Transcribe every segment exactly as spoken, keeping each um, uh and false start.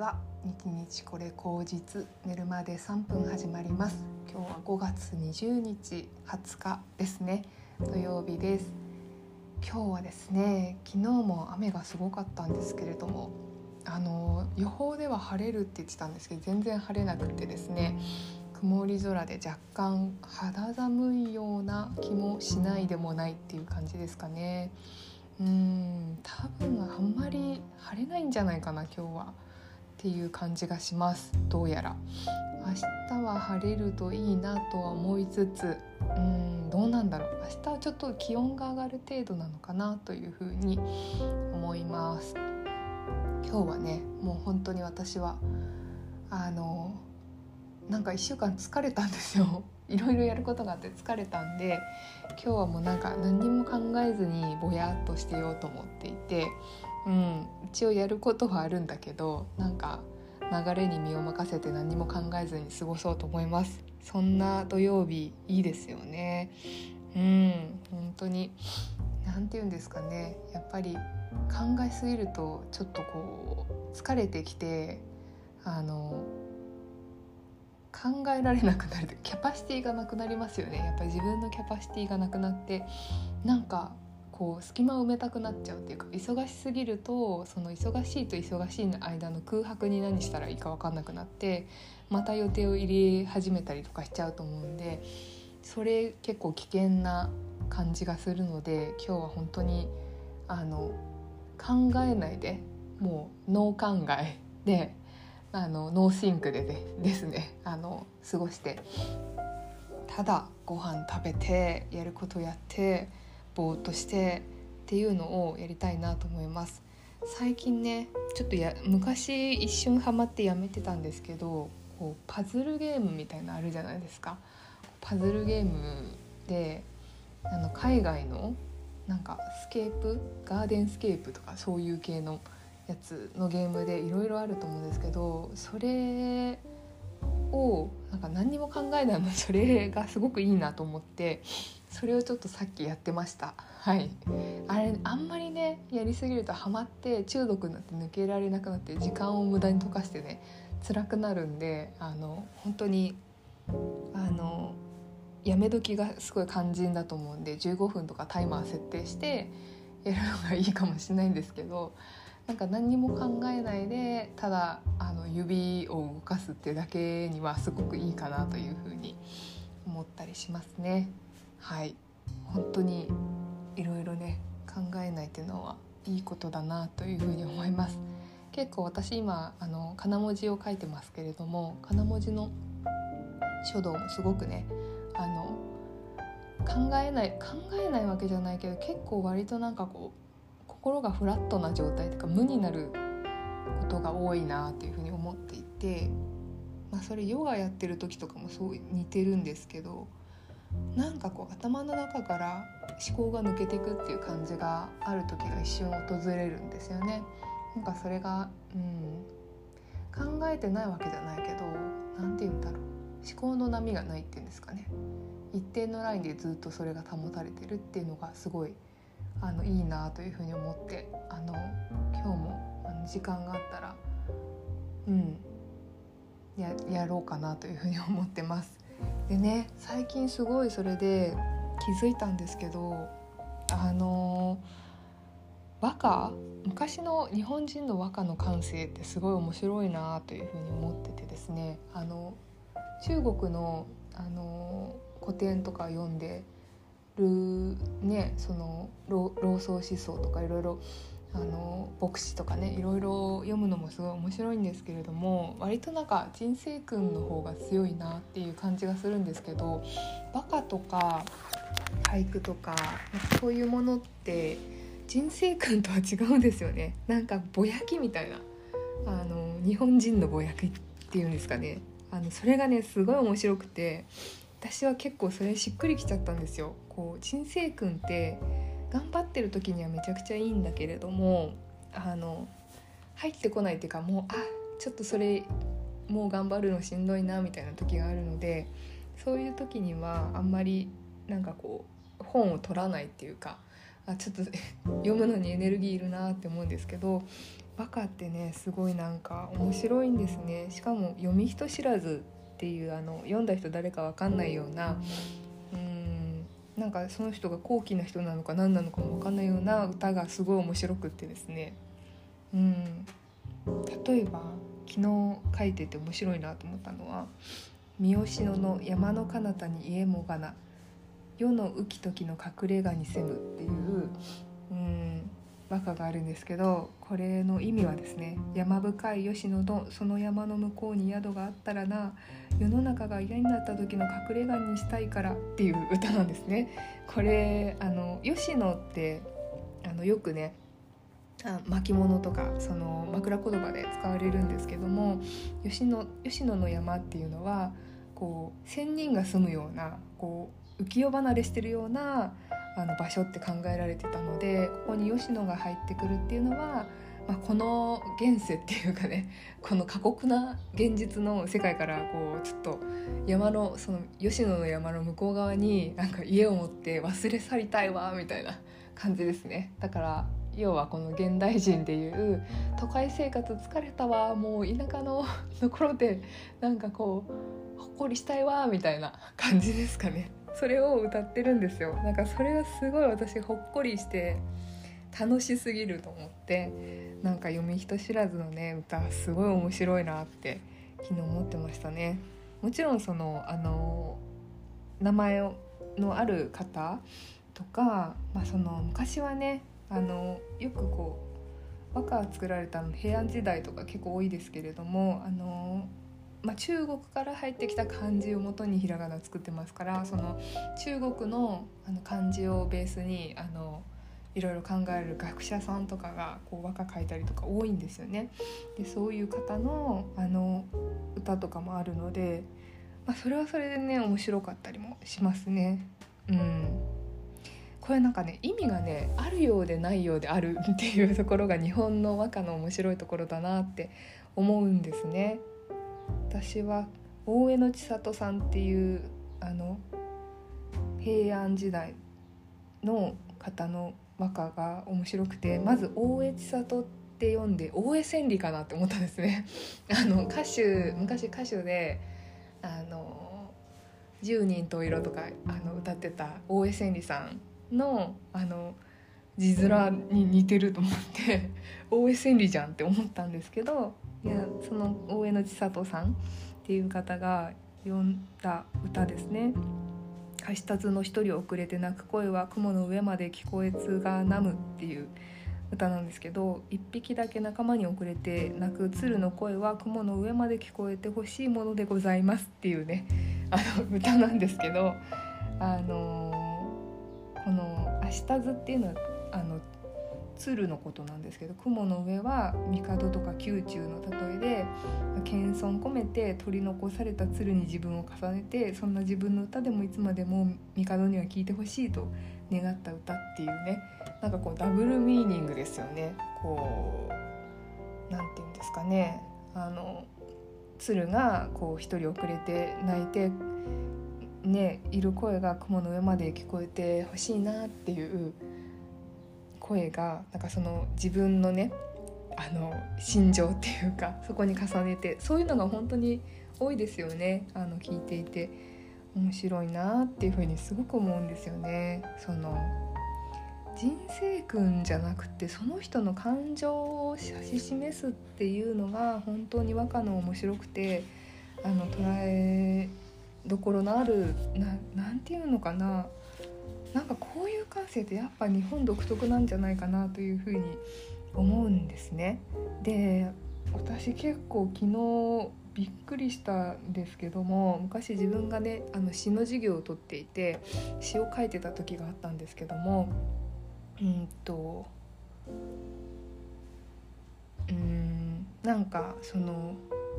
は。日日これ口実、寝るまでさんぷん始まります。今日はごがつにじゅうにちはつかですね、土曜日です。今日はですね、昨日も雨がすごかったんですけれども、あの予報では晴れるって言ってたんですけど、全然晴れなくてですね、曇り空で若干肌寒いような気もしないでもないっていう感じですかね。うーん多分あんまり晴れないんじゃないかな今日はっていう感じがします。どうやら明日は晴れるといいなとは思いつつ、うーんどうなんだろう、明日はちょっと気温が上がる程度なのかなというふうに思います。今日はね、もう本当に私はあのなんかいっしゅうかん疲れたんですよ。いろいろやることがあって疲れたんで、今日はもうなんか何にも考えずにぼやっとしてようと思っていて、うん、一応やることはあるんだけど、なんか流れに身を任せて何も考えずに過ごそうと思います。そんな土曜日いいですよね。うん本当になんて言うんですかね、やっぱり考えすぎるとちょっとこう疲れてきて、あの考えられなくなる、キャパシティがなくなりますよね。やっぱり自分のキャパシティがなくなって、なんかこう隙間を埋めたくなっちゃうっていうか、忙しすぎるとその忙しいと忙しいの間の空白に何したらいいか分かんなくなって、また予定を入れ始めたりとかしちゃうと思うんで、それ結構危険な感じがするので、今日は本当にあの考えないで、もうノー考えで、あのノーシンクで、ね、ですねあの過ごして、ただご飯食べてやることやってぼーっとしてっていうのをやりたいなと思います。最近ねちょっとや昔一瞬ハマってやめてたんですけど、こうパズルゲームみたいなのあるじゃないですか。パズルゲームであの海外のなんかスケープガーデンスケープとかそういう系のやつのゲームでいろいろあると思うんですけど、それをなんか何にも考えないの、それがすごくいいなと思って、それをちょっとさっきやってました。はい、あれあんまりねやりすぎるとハマって中毒になって抜けられなくなって時間を無駄に溶かしてね辛くなるんで、あの本当にあのやめ時がすごい肝心だと思うんで、じゅうごふんとかタイマー設定してやるのがいいかもしれないんですけど、なんか何にも考えないでただあの指を動かすっていうだけにはすごくいいかなというふうに思ったりしますね。はい、本当にいろいろね考えないっていうのはいいことだなというふうに思います。結構私今あのかな文字を書いてますけれども、かな文字の書道もすごくねあの考えない考えないわけじゃないけど、結構割となんかこう心がフラットな状態というか無になることが多いなというふうに思っていて、まあ、それヨガやってる時とかもそう似てるんですけど、なんかこう頭の中から思考が抜けていくっていう感じがある時が一瞬訪れるんですよね。なんかそれが、うん、考えてないわけじゃないけど、なんて言うんだろう、思考の波がないっていうんですかね、一定のラインでずっとそれが保たれてるっていうのがすごいあのいいなというふうに思って、あの今日もあの時間があったら、うん、や, やろうかなというふうに思ってます。でね、最近すごいそれで気づいたんですけど、あの和歌、昔の日本人の和歌の感性ってすごい面白いなというふうに思っててですね、あの中国の、あの古典とか読んでるね、その老荘思想とかいろいろあの牧師とかねいろいろ読むのもすごい面白いんですけれども、割となんか人生訓の方が強いなっていう感じがするんですけど、和歌とか俳句とかそういうものって人生訓とは違うんですよね。なんかぼやきみたいな、あの日本人のぼやきっていうんですかね、あのそれがねすごい面白くて、私は結構それしっくりきちゃったんですよ。こう人生訓って頑張ってる時にはめちゃくちゃいいんだけれども、あの入ってこないっていうか、もうあちょっとそれもう頑張るのしんどいなみたいな時があるので、そういう時にはあんまりなんかこう本を取らないっていうか、あちょっと読むのにエネルギーいるなって思うんですけど、 和歌ってねすごいなんか面白いんですね。しかも読み人知らずっていうあの読んだ人誰か分かんないような、うーんなんかその人が高貴な人なのか何なのかも分かんないような歌がすごい面白くってですね、うん例えば昨日書いてて面白いなと思ったのは、三好野の山の彼方に家もがな、世の浮き時の隠れ家に住むっていう、うん和歌があるんですけど、これの意味はですね、山深い吉野のその山の向こうに宿があったらな、世の中が嫌になった時の隠れ家にしたいからっていう歌なんですね。これあの吉野ってあのよくねあ巻物とかその枕言葉で使われるんですけども、吉野、吉野の山っていうのはこう仙人が住むようなこう浮世離れしてるようなあの場所って考えられてたので、ここに吉野が入ってくるっていうのは、まあ、この現世っていうかね、この過酷な現実の世界からこうちょっと山のその吉野の山の向こう側になんか家を持って忘れ去りたいわみたいな感じですね。だから要はこの現代人でいう都会生活疲れたわ、もう田舎のところでなんかこうほっこりしたいわみたいな感じですかね。それを歌ってるんですよ。なんかそれがすごい私ほっこりして楽しすぎると思って、なんか読み人知らずのね歌すごい面白いなって昨日思ってましたね。もちろんそのあの名前のある方とか、まあ、その昔はねあのよくこう和歌が作られたの平安時代とか結構多いですけれども、あのまあ、中国から入ってきた漢字をもとにひらがなを作ってますから、その中国の、あの漢字をベースにあのいろいろ考える学者さんとかがこう和歌書いたりとか多いんですよね。でそういう方の、あの歌とかもあるので、まあ、それはそれでね面白かったりもしますね。うんこれなんかね意味がねあるようでないようであるっていうところが日本の和歌の面白いところだなって思うんですね。私は大江ノ千里さんっていうあの平安時代の方の和歌が面白くて、まず大江千里って読んで大江千里かなって思ったんですね。あの歌手昔歌手であの十人十色とかあの歌ってた大江千里さんのあの字面に似てると思って大江千里じゃんって思ったんですけど、いやその大江ノ千里さんっていう方が詠んだ歌ですね。はしたつの一人遅れて泣く声は雲の上まで聞こえつがなむっていう歌なんですけど、一匹だけ仲間に遅れて泣く鶴の声は雲の上まで聞こえてほしいものでございますっていうねあの歌なんですけど、あのー、このはしたつっていうのはあの鶴のことなんですけど、雲の上は帝とか宮中の例えで謙遜込めて取り残された鶴に自分を重ねて、そんな自分の歌でもいつまでも帝には聴いてほしいと願った歌っていうね、なんかこうダブルミーニングですよね。こうなんていうんですかね、あの鶴がこう一人遅れて泣いてねいる声が雲の上まで聞こえてほしいなっていう声が、なんかその自分のねあの心情っていうかそこに重ねて、そういうのが本当に多いですよね。あの聞いていて面白いなっていうふうにすごく思うんですよね。その人生訓じゃなくてその人の感情を指し示すっていうのが本当に和歌の面白くて、あの捉えどころのある な, なんていうのかななんかこういう感性ってやっぱ日本独特なんじゃないかなというふうに思うんですね。で、私結構昨日びっくりしたんですけども、昔自分がねあの詩の授業を取っていて詩を書いてた時があったんですけども、うんとうーんなんかその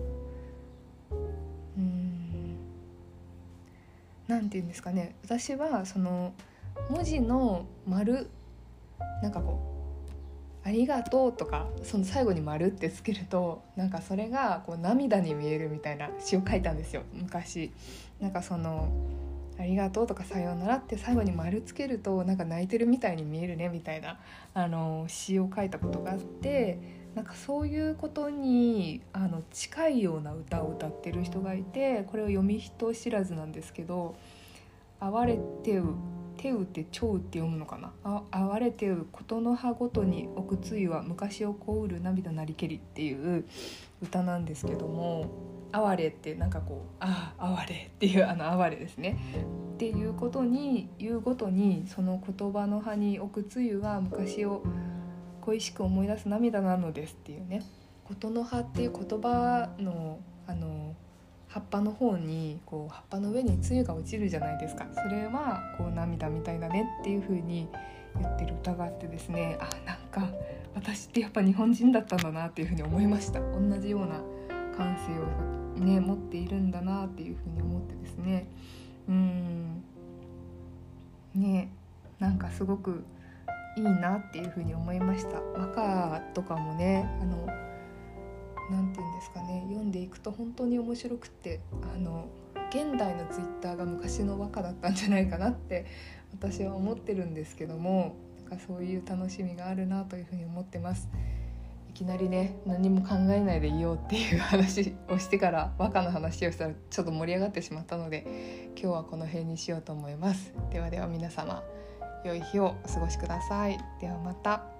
うーんなんていうんですかね、私はその文字の丸なんかこうありがとうとかその最後に丸ってつけるとなんかそれがこう涙に見えるみたいな詩を書いたんですよ昔。なんかそのありがとうとかさようならって最後に丸つけるとなんか泣いてるみたいに見えるねみたいなあの詩を書いたことがあって、 なんかそういうことにあの近いような歌を歌ってる人がいて、これを読み人知らずなんですけど、哀れてう手うって蝶うって読むのかな、あ哀れてうことの葉ごとに置くつゆは昔をこうる涙なりけりっていう歌なんですけども、哀れってなんかこうああ哀れっていうあの哀れですねっていうことに言うごとに、その言葉の葉に置くつゆは昔を恋しく思い出す涙なのですっていうね。ことの葉っていう言葉のあの葉っぱの方にこう葉っぱの上につゆが落ちるじゃないですか。それはこう涙みたいだねっていう風に言ってる歌があってですね、あ、なんか私ってやっぱ日本人だったんだなっていう風に思いました。同じような感性をね持っているんだなっていう風に思ってですね、うーんねなんかすごくいいなっていう風に思いました。和歌とかもね、あのなんていうんですかね、読んでいくと本当に面白くて、あの現代のツイッターが昔の和歌だったんじゃないかなって私は思ってるんですけども、なんかそういう楽しみがあるなというふうに思ってます。いきなりね何も考えないでいようっていう話をしてから和歌の話をしたらちょっと盛り上がってしまったので、今日はこの辺にしようと思います。ではでは皆様良い日をお過ごしください。ではまた。